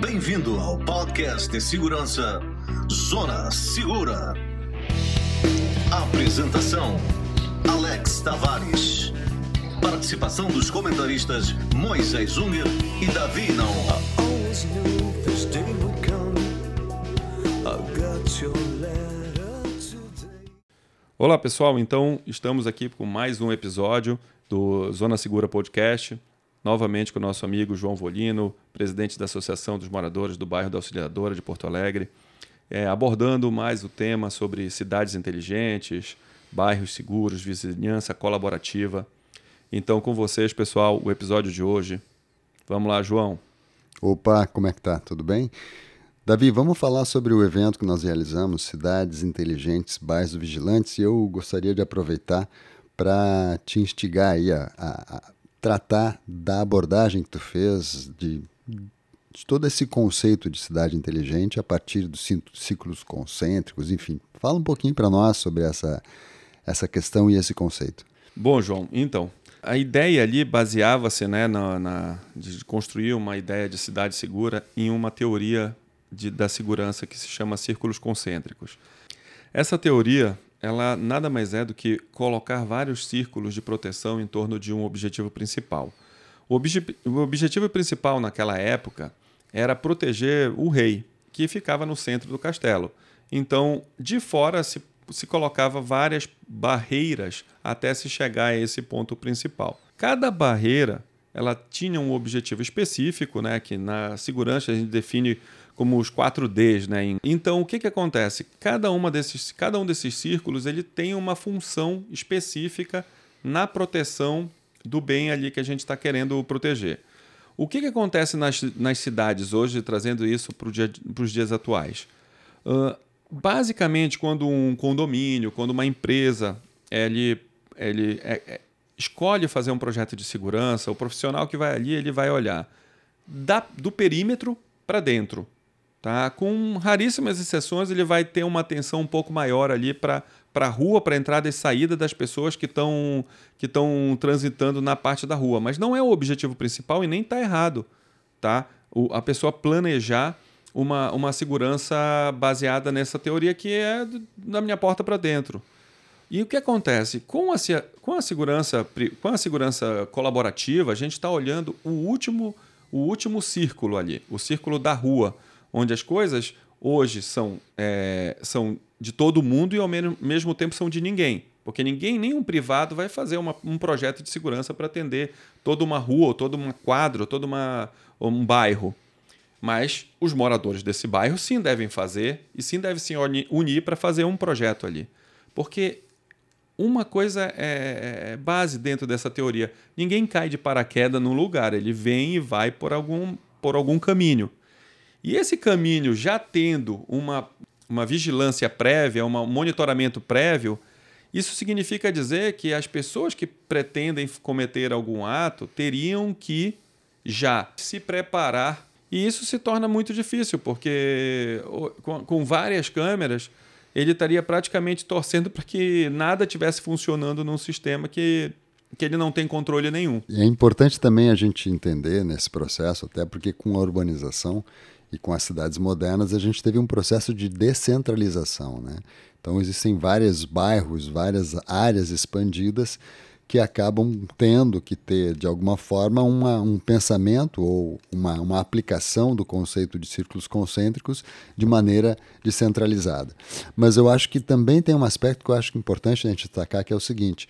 Bem-vindo ao podcast de segurança Zona Segura. Apresentação: Alex Tavares. Participação dos comentaristas Moisés Unger e Davi Naon. Olá pessoal, então estamos aqui com mais um episódio do Zona Segura Podcast, novamente com o nosso amigo João Volino, presidente da Associação dos Moradores do Bairro da Auxiliadora de Porto Alegre, abordando mais o tema sobre cidades inteligentes, bairros seguros, vizinhança colaborativa. Então com vocês pessoal, o episódio de hoje. Vamos lá, João. Opa, como é que tá? Tudo bem? Davi, vamos falar sobre o evento que nós realizamos, Cidades Inteligentes, Bairros Vigilantes, e eu gostaria de aproveitar para te instigar aí a tratar da abordagem que tu fez de todo esse conceito de cidade inteligente a partir dos ciclos concêntricos, enfim. Fala um pouquinho para nós sobre essa questão e esse conceito. Bom, João, então, a ideia ali baseava-se de construir uma ideia de cidade segura em uma teoria da segurança que se chama círculos concêntricos. Essa teoria, ela nada mais é do que colocar vários círculos de proteção em torno de um objetivo principal. O objetivo principal naquela época era proteger o rei, que ficava no centro do castelo. Então, de fora se colocava várias barreiras até se chegar a esse ponto principal. Cada barreira ela tinha um objetivo específico, né, que na segurança a gente define como os 4Ds, né? Então, o que acontece? Cada um desses círculos ele tem uma função específica na proteção do bem ali que a gente está querendo proteger. O que acontece nas cidades hoje, trazendo isso para os dias atuais? Basicamente, quando um condomínio, quando uma empresa ele escolhe fazer um projeto de segurança, o profissional que vai ali ele vai olhar do perímetro para dentro. Tá? Com raríssimas exceções, ele vai ter uma atenção um pouco maior ali para a rua, para a entrada e saída das pessoas que estão transitando na parte da rua. Mas não é o objetivo principal e nem está errado. Tá? A pessoa planejar uma segurança baseada nessa teoria que é da minha porta para dentro. E o que acontece? Com a segurança colaborativa, a gente está olhando o último círculo ali, o círculo da rua, onde as coisas hoje são de todo mundo e ao mesmo tempo são de ninguém. Porque nenhum privado vai fazer um projeto de segurança para atender toda uma rua, ou toda uma quadra, ou todo um bairro. Mas os moradores desse bairro sim devem fazer e sim devem se unir para fazer um projeto ali. Porque uma coisa é base dentro dessa teoria. Ninguém cai de paraquedas num lugar, ele vem e vai por algum caminho. E esse caminho, já tendo uma vigilância prévia, um monitoramento prévio, isso significa dizer que as pessoas que pretendem cometer algum ato teriam que já se preparar. E isso se torna muito difícil, porque com várias câmeras, ele estaria praticamente torcendo para que nada estivesse funcionando num sistema que ele não tem controle nenhum. É importante também a gente entender nesse processo, até porque com a urbanização e com as cidades modernas, a gente teve um processo de descentralização, né? Então existem vários bairros, várias áreas expandidas que acabam tendo que ter, de alguma forma, um pensamento ou uma aplicação do conceito de círculos concêntricos de maneira descentralizada. Mas eu acho que também tem um aspecto que eu acho importante a gente destacar, que é o seguinte: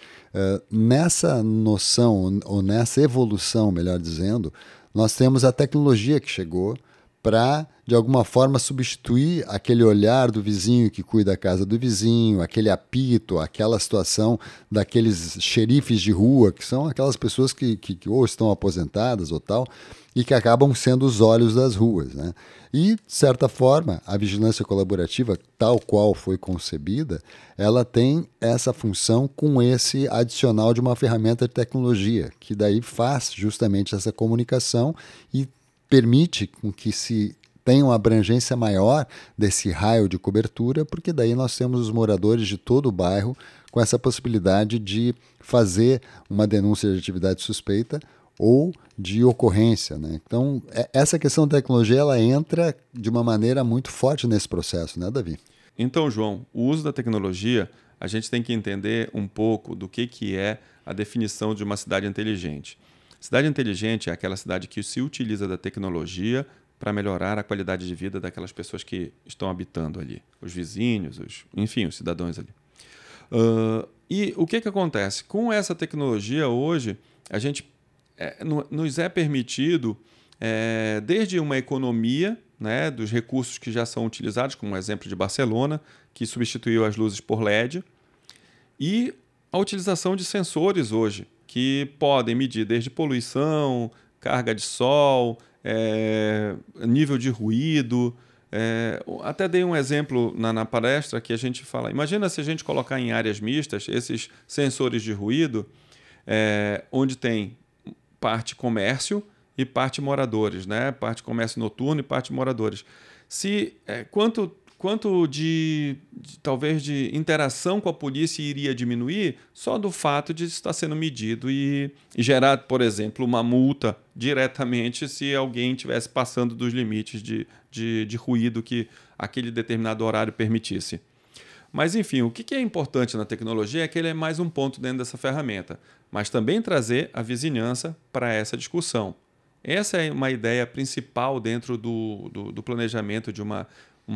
nessa noção, ou nessa evolução, melhor dizendo, nós temos a tecnologia que chegou para, de alguma forma, substituir aquele olhar do vizinho que cuida da casa do vizinho, aquele apito, aquela situação daqueles xerifes de rua, que são aquelas pessoas que ou estão aposentadas ou tal, e que acabam sendo os olhos das ruas, né? E, de certa forma, a vigilância colaborativa, tal qual foi concebida, ela tem essa função com esse adicional de uma ferramenta de tecnologia, que daí faz justamente essa comunicação e permite com que se tenha uma abrangência maior desse raio de cobertura, porque daí nós temos os moradores de todo o bairro com essa possibilidade de fazer uma denúncia de atividade suspeita ou de ocorrência, né? Então, essa questão da tecnologia, ela entra de uma maneira muito forte nesse processo, né, Davi? Então, João, o uso da tecnologia, a gente tem que entender um pouco do que é a definição de uma cidade inteligente. Cidade inteligente é aquela cidade que se utiliza da tecnologia para melhorar a qualidade de vida daquelas pessoas que estão habitando ali, os vizinhos, enfim, os cidadãos ali. E o que acontece? Com essa tecnologia hoje, a gente nos é permitido, desde uma economia, né, dos recursos que já são utilizados, como o exemplo de Barcelona, que substituiu as luzes por LED, e a utilização de sensores hoje, que podem medir desde poluição, carga de sol, nível de ruído. Até dei um exemplo na palestra que a gente fala, imagina se a gente colocar em áreas mistas esses sensores de ruído, onde tem parte comércio e parte moradores, né? Parte comércio noturno e parte moradores. Quanto de talvez de interação com a polícia iria diminuir só do fato de estar sendo medido e gerar, por exemplo, uma multa diretamente se alguém estivesse passando dos limites de ruído que aquele determinado horário permitisse. Mas, enfim, o que é importante na tecnologia é que ele é mais um ponto dentro dessa ferramenta, mas também trazer a vizinhança para essa discussão. Essa é uma ideia principal dentro do planejamento de uma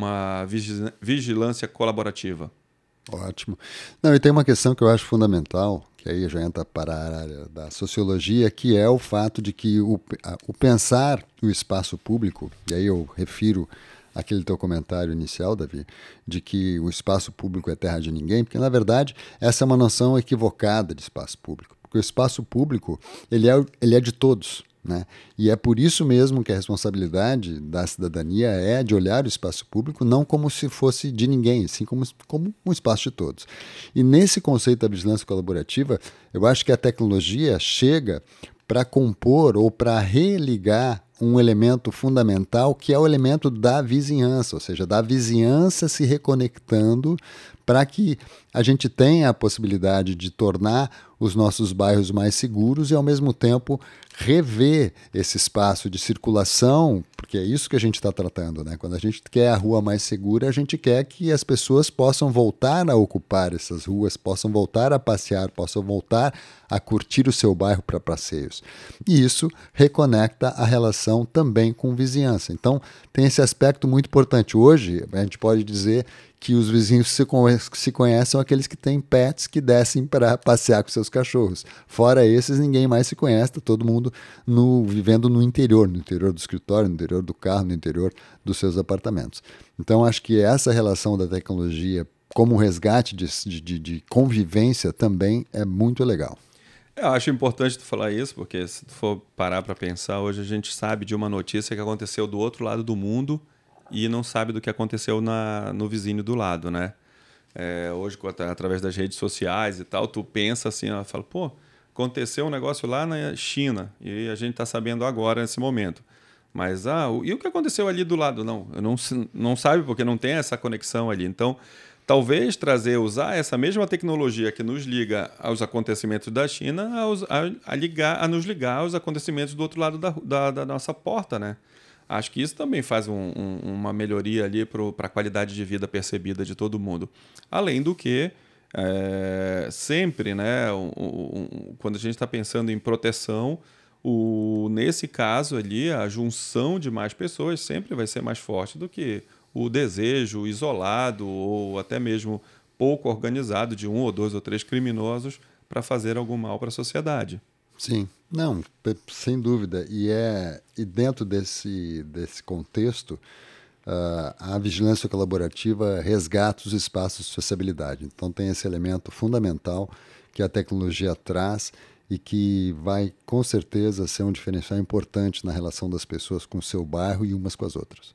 vigilância colaborativa. Ótimo. Não, e tem uma questão que eu acho fundamental, que aí já entra para a área da sociologia, que é o fato de que o pensar o espaço público, e aí eu refiro aquele teu comentário inicial, Davi, de que o espaço público é terra de ninguém, porque, na verdade, essa é uma noção equivocada de espaço público. Porque o espaço público, ele é de todos, né? E é por isso mesmo que a responsabilidade da cidadania é de olhar o espaço público não como se fosse de ninguém, assim como um espaço de todos. E nesse conceito da vigilância colaborativa, eu acho que a tecnologia chega para compor ou para religar um elemento fundamental, que é o elemento da vizinhança, ou seja, da vizinhança se reconectando para que a gente tenha a possibilidade de tornar os nossos bairros mais seguros e, ao mesmo tempo, rever esse espaço de circulação, porque é isso que a gente está tratando, né? Quando a gente quer a rua mais segura, a gente quer que as pessoas possam voltar a ocupar essas ruas, possam voltar a passear, possam voltar a curtir o seu bairro para passeios. E isso reconecta a relação também com vizinhança. Então, tem esse aspecto muito importante. Hoje, a gente pode dizer que os vizinhos se conhecem são aqueles que têm pets que descem para passear com seus cachorros. Fora esses, ninguém mais se conhece, tá todo mundo vivendo no interior do escritório, no interior do carro, no interior dos seus apartamentos. Então, acho que essa relação da tecnologia como resgate de convivência também é muito legal. Eu acho importante tu falar isso, porque se tu for parar para pensar, hoje a gente sabe de uma notícia que aconteceu do outro lado do mundo e não sabe do que aconteceu no vizinho do lado, né? Hoje, através das redes sociais e tal, tu pensa assim, fala, pô, aconteceu um negócio lá na China e a gente está sabendo agora, nesse momento. Mas, e o que aconteceu ali do lado? Não sabe, porque não tem essa conexão ali. Então, talvez usar essa mesma tecnologia que nos liga aos acontecimentos da China a nos ligar aos acontecimentos do outro lado da nossa porta, né? Acho que isso também faz uma melhoria ali para a qualidade de vida percebida de todo mundo. Além do que, sempre, né, quando a gente está pensando em proteção, nesse caso ali, a junção de mais pessoas sempre vai ser mais forte do que o desejo isolado ou até mesmo pouco organizado de 1 ou 2 ou 3 criminosos para fazer algum mal para a sociedade. Sim, não, sem dúvida. E dentro desse contexto, a vigilância colaborativa resgata os espaços de sociabilidade. Então tem esse elemento fundamental que a tecnologia traz e que vai, com certeza, ser um diferencial importante na relação das pessoas com o seu bairro e umas com as outras.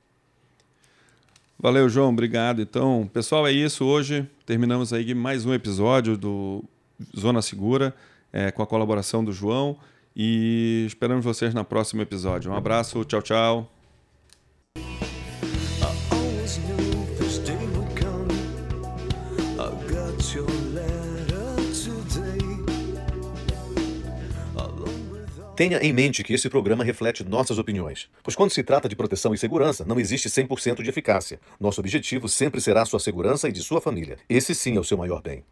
Valeu, João, obrigado. Então, pessoal, é isso. Hoje terminamos aí mais um episódio do Zona Segura, com a colaboração do João, e esperamos vocês no próximo episódio. Um abraço, tchau, tchau. Your letter today, along with all Tenha em mente que esse programa reflete nossas opiniões, pois quando se trata de proteção e segurança, não existe 100% de eficácia. Nosso objetivo sempre será sua segurança e de sua família. Esse sim é o seu maior bem.